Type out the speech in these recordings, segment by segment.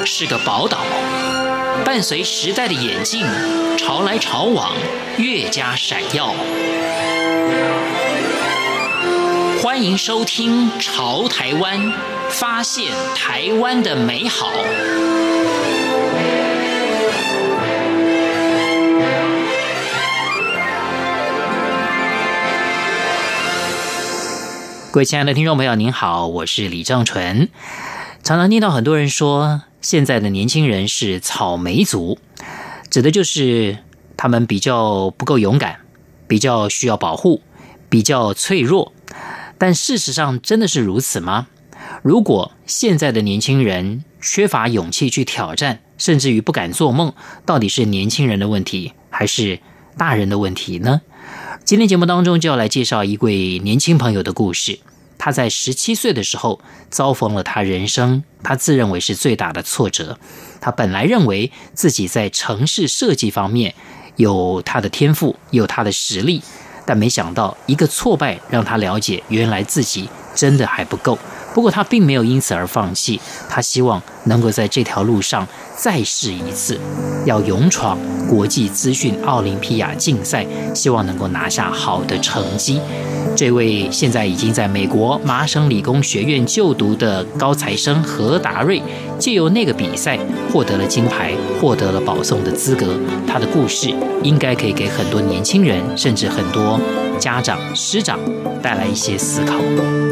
是个宝岛，伴随时代的演进，潮来潮往，越加闪耀。欢迎收听《潮台湾》，发现台湾的美好。各位亲爱的听众朋友，您好，我是李正淳。常常听到很多人说，现在的年轻人是草莓族，指的就是他们比较不够勇敢，比较需要保护，比较脆弱。但事实上真的是如此吗？如果现在的年轻人缺乏勇气去挑战，甚至于不敢做梦，到底是年轻人的问题，还是大人的问题呢？今天节目当中就要来介绍一位年轻朋友的故事。他在17岁的时候遭逢了他人生他自认为是最大的挫折。他本来认为自己在城市设计方面有他的天赋，有他的实力，但没想到一个挫败让他了解原来自己真的还不够。不过他并没有因此而放弃，他希望能够在这条路上再试一次，要勇闯国际资讯奥林匹亚竞赛，希望能够拿下好的成绩。这位现在已经在美国麻省理工学院就读的高材生何达瑞，借由那个比赛获得了金牌，获得了保送的资格。他的故事应该可以给很多年轻人，甚至很多家长、师长带来一些思考。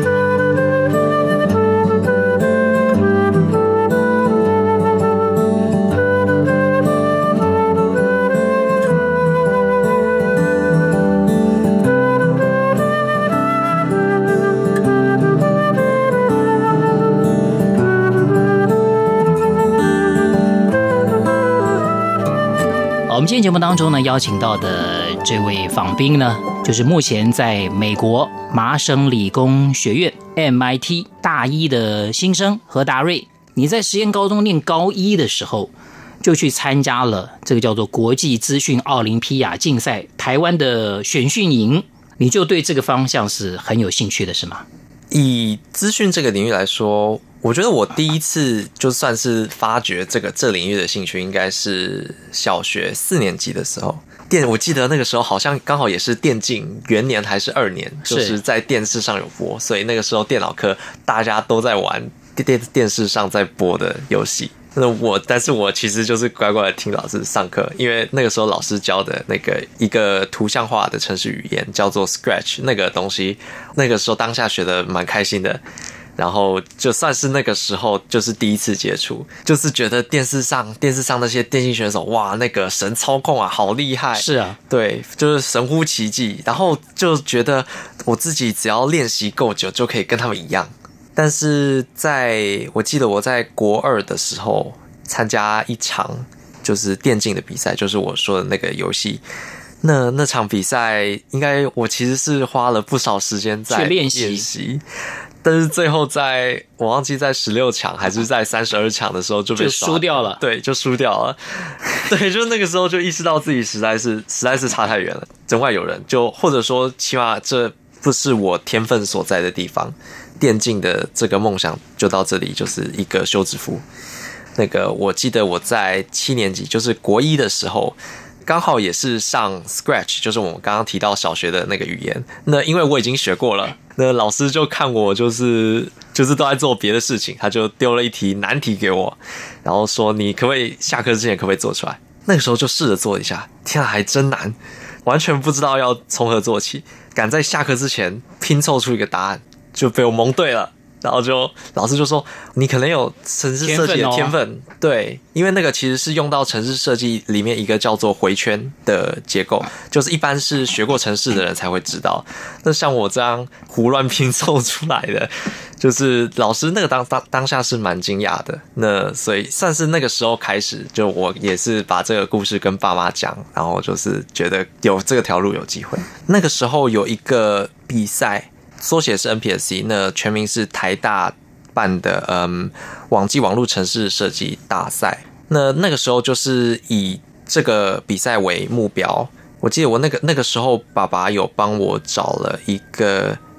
我们今天节目当中呢，邀请到的这位访宾呢，就是目前在美国麻省理工学院 MIT 大一的新生何达瑞。你在实验高中念高一的时候，就去参加了这个叫做国际资讯奥林匹亚竞赛台湾的选训营，你就对这个方向是很有兴趣的，是吗？ 以资讯这个领域来说，我觉得我第一次就算是发掘这领域的兴趣，应该是小学4年级的时候。我记得那个时候好像刚好也是电竞元年还是2年，就是在电视上有播，所以那个时候电脑课大家都在玩电视上在播的游戏。但是我其实就是乖乖的听老师上课，因为那个时候老师教的那个一个图像化的程式语言叫做 Scratch， 那个东西那个时候当下学的蛮开心的。然后就算是那个时候就是第一次接触，就是觉得电视上那些电竞选手，哇，那个神操控啊，好厉害。 是啊， 对，就是神乎其技。然后就觉得我自己只要练习够久就可以跟他们一样。但是我记得我在国2的时候参加一场就是电竞的比赛，就是我说的那个游戏。那场比赛应该我其实是花了不少时间在练习，但是最后我忘记在16强还是在32强的时候就被输掉了。 对，就输掉了。对，就那个时候就意识到自己实在是差太远了，人外有人，就或者说起码这不是我天分所在的地方。电竞的这个梦想就到这里就是一个休止符。我记得我在7年级，就是国1的时候，刚好也是上 Scratch， 就是我们刚刚提到小学的那个语言。那因为我已经学过了，那老师就看我就是都在做别的事情，他就丢了一题难题给我，然后说你可不可以下课之前可不可以做出来？那个时候就试着做一下，天啊，还真难，完全不知道要从何做起，赶在下课之前拼凑出一个答案，就被我蒙对了。然后老师就说你可能有程式设计的天分。对，因为那个其实是用到程式设计里面一个叫做回圈的结构，就是一般是学过程式的人才会知道。那像我这样胡乱拼凑出来的，就是老师那个当下是蛮惊讶的。那所以算是那个时候开始，就我也是把这个故事跟爸妈讲，然后就是觉得有这条路有机会。那个时候有一个比赛，缩写是 NPSC， 那全名是台大办的网际网络程式设计大赛。那个时候就是以这个比赛为目标。我记得我那个时候爸爸有帮我找了一个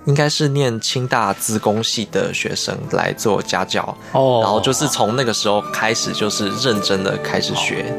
应该是念清大资工系的学生来做家教，然后就是从那个时候开始，就是认真的开始学。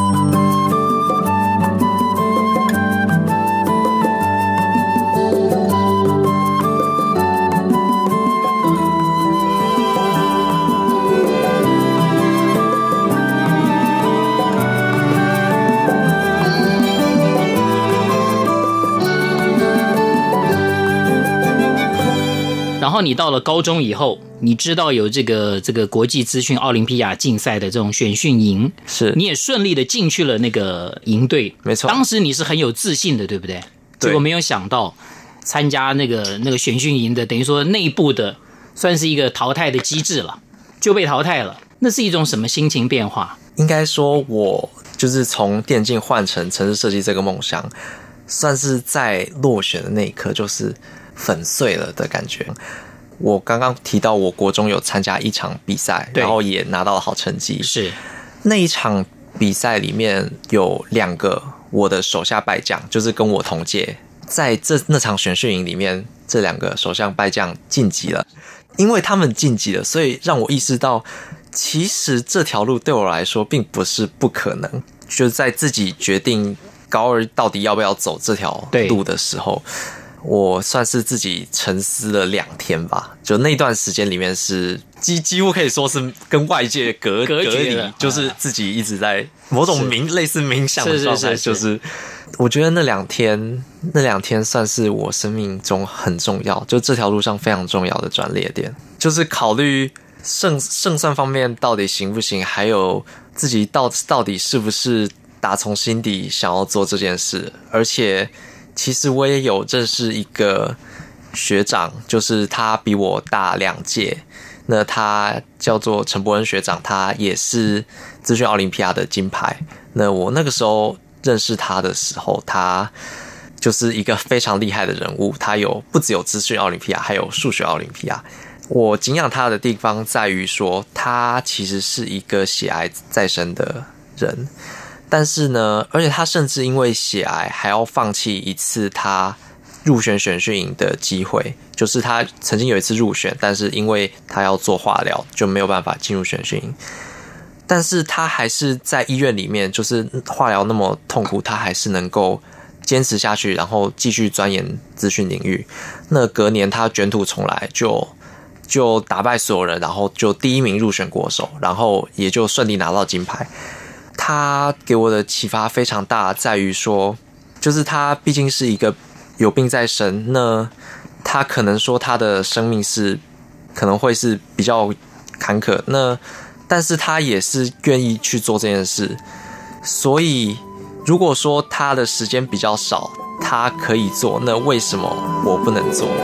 然后你到了高中以后，你知道有这个国际资讯奥林匹亚竞赛的这种选训营， 是你也顺利的进去了那个营队， 没错。 当时你是很有自信的，对不对？结果没有想到参加那个选训营的，等于说内部的算是一个淘汰的机制了，就被淘汰了。那是一种什么心情变化？ 应该说，我就是从电竞换成城市设计这个梦想，算是在落选的那一刻就是粉碎了的感觉。我刚刚提到我国中有参加一场比赛，然后也拿到了好成绩。 是那一场比赛里面有2个我的手下败将，就是跟我同届，在那场选训营里面，这2个手下败将晋级了。因为他们晋级了，所以让我意识到，其实这条路对我来说并不是不可能。就是在自己决定高2到底要不要走这条路的时候，我算是自己沉思了2天吧。就那段时间里面是几乎可以说是跟外界隔离，就是自己一直在某种类似冥想的状态。就是我觉得那两天算是我生命中很重要，就这条路上非常重要的转捩点。就是考虑胜算方面到底行不行，还有自己到底是不是打从心底想要做这件事。而且其实我也有认识一个学长，就是他比我大2届，那他叫做陈伯恩学长，他也是资讯奥林匹亚的金牌。那我那个时候认识他的时候，他就是一个非常厉害的人物，他不只有资讯奥林匹亚，还有数学奥林匹亚。我敬仰他的地方在于说，他其实是一个血癌再生的人，但是呢，而且他甚至因为血癌还要放弃一次他入选选训营的机会。就是他曾经有一次入选，但是因为他要做化疗，就没有办法进入选训营。但是他还是在医院里面，就是化疗那么痛苦，他还是能够坚持下去，然后继续钻研资讯领域。那隔年他卷土重来，就打败所有人，然后就第1名入选国手，然后也就顺利拿到金牌。他给我的启发非常大，在于说，就是他毕竟是一个有病在身，那他可能说他的生命可能会是比较坎坷，那但是他也是愿意去做这件事。所以如果说他的时间比较少，他可以做，那为什么我不能做？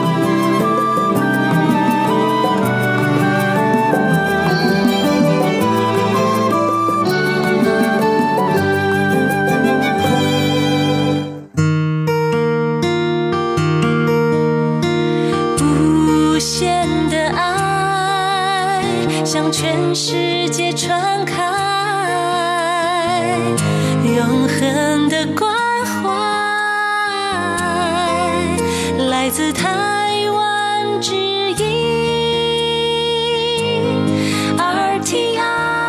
向全世界传开，永恒的关怀来自台湾之音 RTI。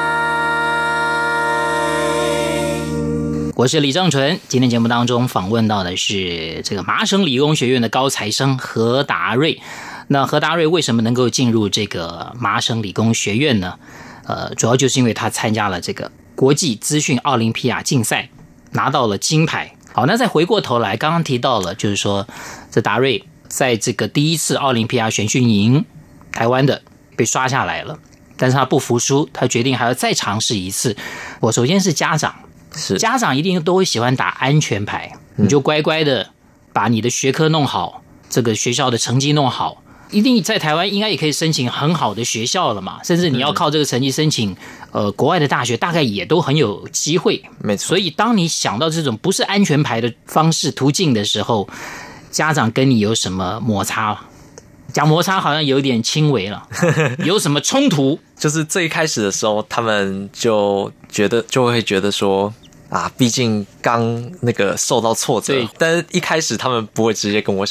我是李正淳。今天节目当中访问到的是这个麻省理工学院的高材生何达瑞。那何达瑞为什么能够进入这个麻省理工学院呢？主要就是因为他参加了这个国际资讯奥林匹亚竞赛，拿到了金牌。好，那再回过头来，刚刚提到了，就是说这达瑞在这个第1次奥林匹亚选训营，台湾的被刷下来了，但是他不服输，他决定还要再尝试一次。我首先是家长一定都会喜欢打安全牌，你就乖乖的把你的学科弄好，这个学校的成绩弄好。一定在台湾应该也可以申请很好的学校了嘛，甚至你要靠这个成绩申请国外的大学，大概也都很有机会。 没错。 所以当你想到这种不是安全牌的方式途径的时候，家长跟你有什么摩擦？讲摩擦好像有点轻微了，有什么冲突？ 就是最一开始的时候，他们就会觉得说啊，毕竟刚那个受到挫折，但是一开始他们不会直接跟我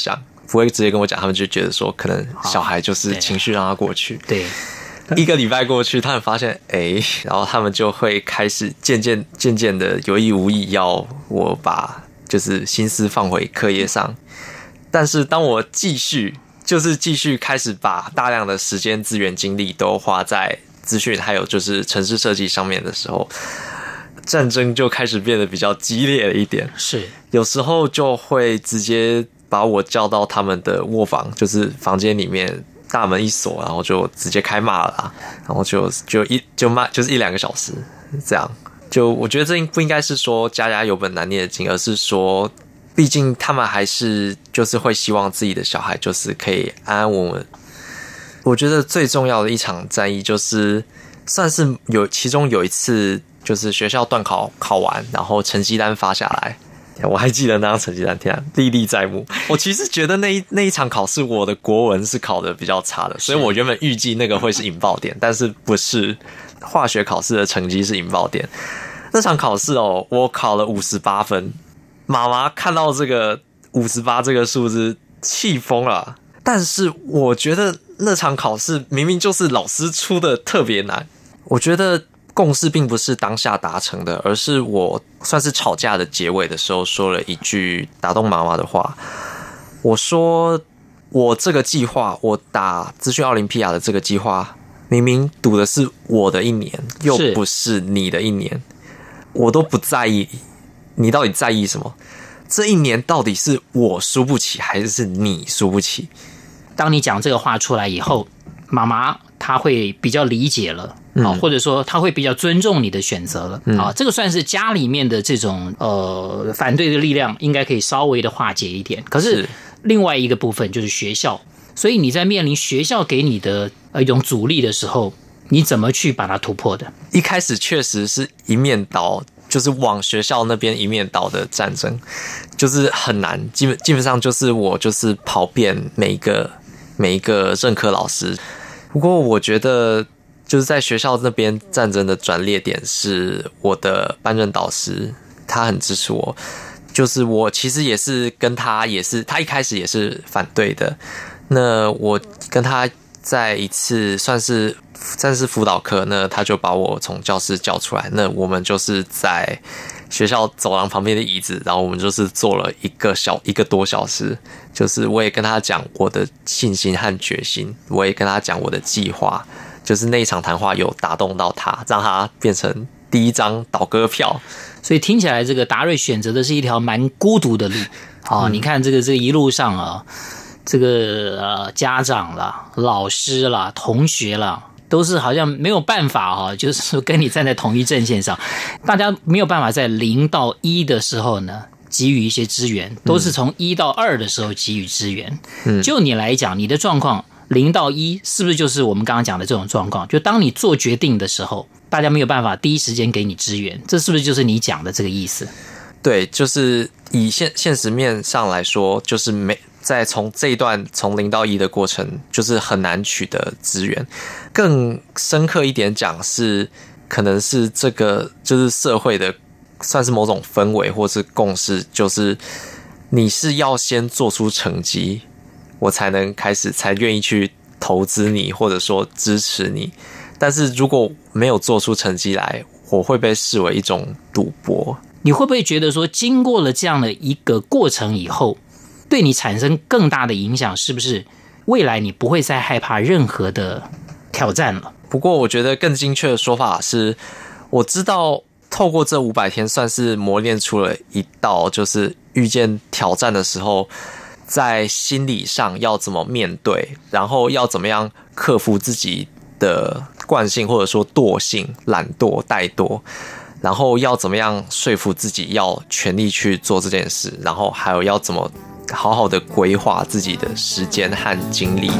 不会直接跟我讲，他们就觉得说可能小孩就是情绪让他过去。 对。 1个礼拜过去，他们发现然后他们就会开始渐渐的有意无意要我把就是心思放回课业上。但是当我继续开始把大量的时间、资源、精力都花在资讯还有就是程式设计上面的时候，战争就开始变得比较激烈了一点。 是，有时候就会直接把我叫到他们的卧房，就是房间里面。大门一锁，然后就直接开骂了啦，然后就骂，就是1-2个小时这样。就我觉得这不应该是说家家有本难念的经，而是说，毕竟他们还是就是会希望自己的小孩就是可以安安稳稳。我觉得最重要的一场战役就是算是其中有一次就是学校段考考完，然后成绩单发下来。我还记得那张成绩单，天啊，历历在目。我其实觉得那一场考试，我的国文是考得比较差的，所以我原本预计那个会是引爆点，但是不是。化学考试的成绩是引爆点。那场考试我考了58分，妈妈看到这个58这个数字气疯了。但是我觉得那场考试明明就是老师出的特别难，我觉得。共识并不是当下达成的，而是我算是吵架的结尾的时候说了一句打动妈妈的话。我说我这个计划，我打资讯奥林匹亚的这个计划，明明赌的是我的1年，又不是你的1年，我都不在意，你到底在意什么？这1年到底是我输不起，还是你输不起？ 当你讲这个话出来以后，妈妈她会比较理解了。或者说他会比较尊重你的选择了。这个算是家里面的这种反对的力量应该可以稍微的化解一点。可是另外一个部分就是学校，所以你在面临学校给你的一种阻力的时候，你怎么去把它突破的？ 一开始确实是一面倒，就是往学校那边一面倒的战争，就是很难。基本上就是我就是跑遍每一个任课老师。不过我觉得。就是在学校那边战争的转捩点是我的班任导师，他很支持我。就是我其实也是跟他他一开始也是反对的。那我跟他在一次算是辅导课，那他就把我从教室叫出来。那我们就是在学校走廊旁边的椅子，然后我们就是坐了1个多小时。就是我也跟他讲我的信心和决心，我也跟他讲我的计划。就是那一场谈话有打动到他，让他变成第一张倒戈票。 所以听起来这个达瑞选择的是一条蛮孤独的路。你看这个一路上这个家长啦、老师啦、同学啦，都是好像没有办法就是跟你站在同一阵线上，大家没有办法在0到1的时候呢给予一些支援，都是从1到2的时候给予支援。就你来讲，你的状况0到1是不是就是我们刚刚讲的这种状况？就当你做决定的时候，大家没有办法第一时间给你支援，这是不是就是你讲的这个意思？ 对，就是以现实面上来说，就是在从这一段从0到1的过程，就是很难取得资源。更深刻一点讲是，可能是这个就是社会的算是某种氛围或是共识，就是你是要先做出成绩。我才愿意去投资你，或者说支持你。但是如果没有做出成绩来，我会被视为一种赌博。 你会不会觉得说，经过了这样的一个过程以后，对你产生更大的影响？是不是未来你不会再害怕任何的挑战了？ 不过我觉得更精确的说法是，我知道透过这500天算是磨练出了一道，就是遇见挑战的时候在心理上要怎么面对，然后要怎么样克服自己的惯性或者说惰性、懒惰、怠惰，然后要怎么样说服自己要全力去做这件事，然后还有要怎么好好的规划自己的时间和精力。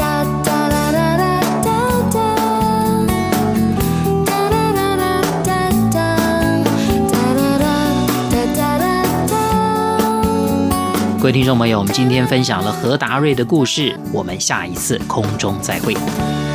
各位听众朋友，我们今天分享了何达瑞的故事，我们下一次空中再会。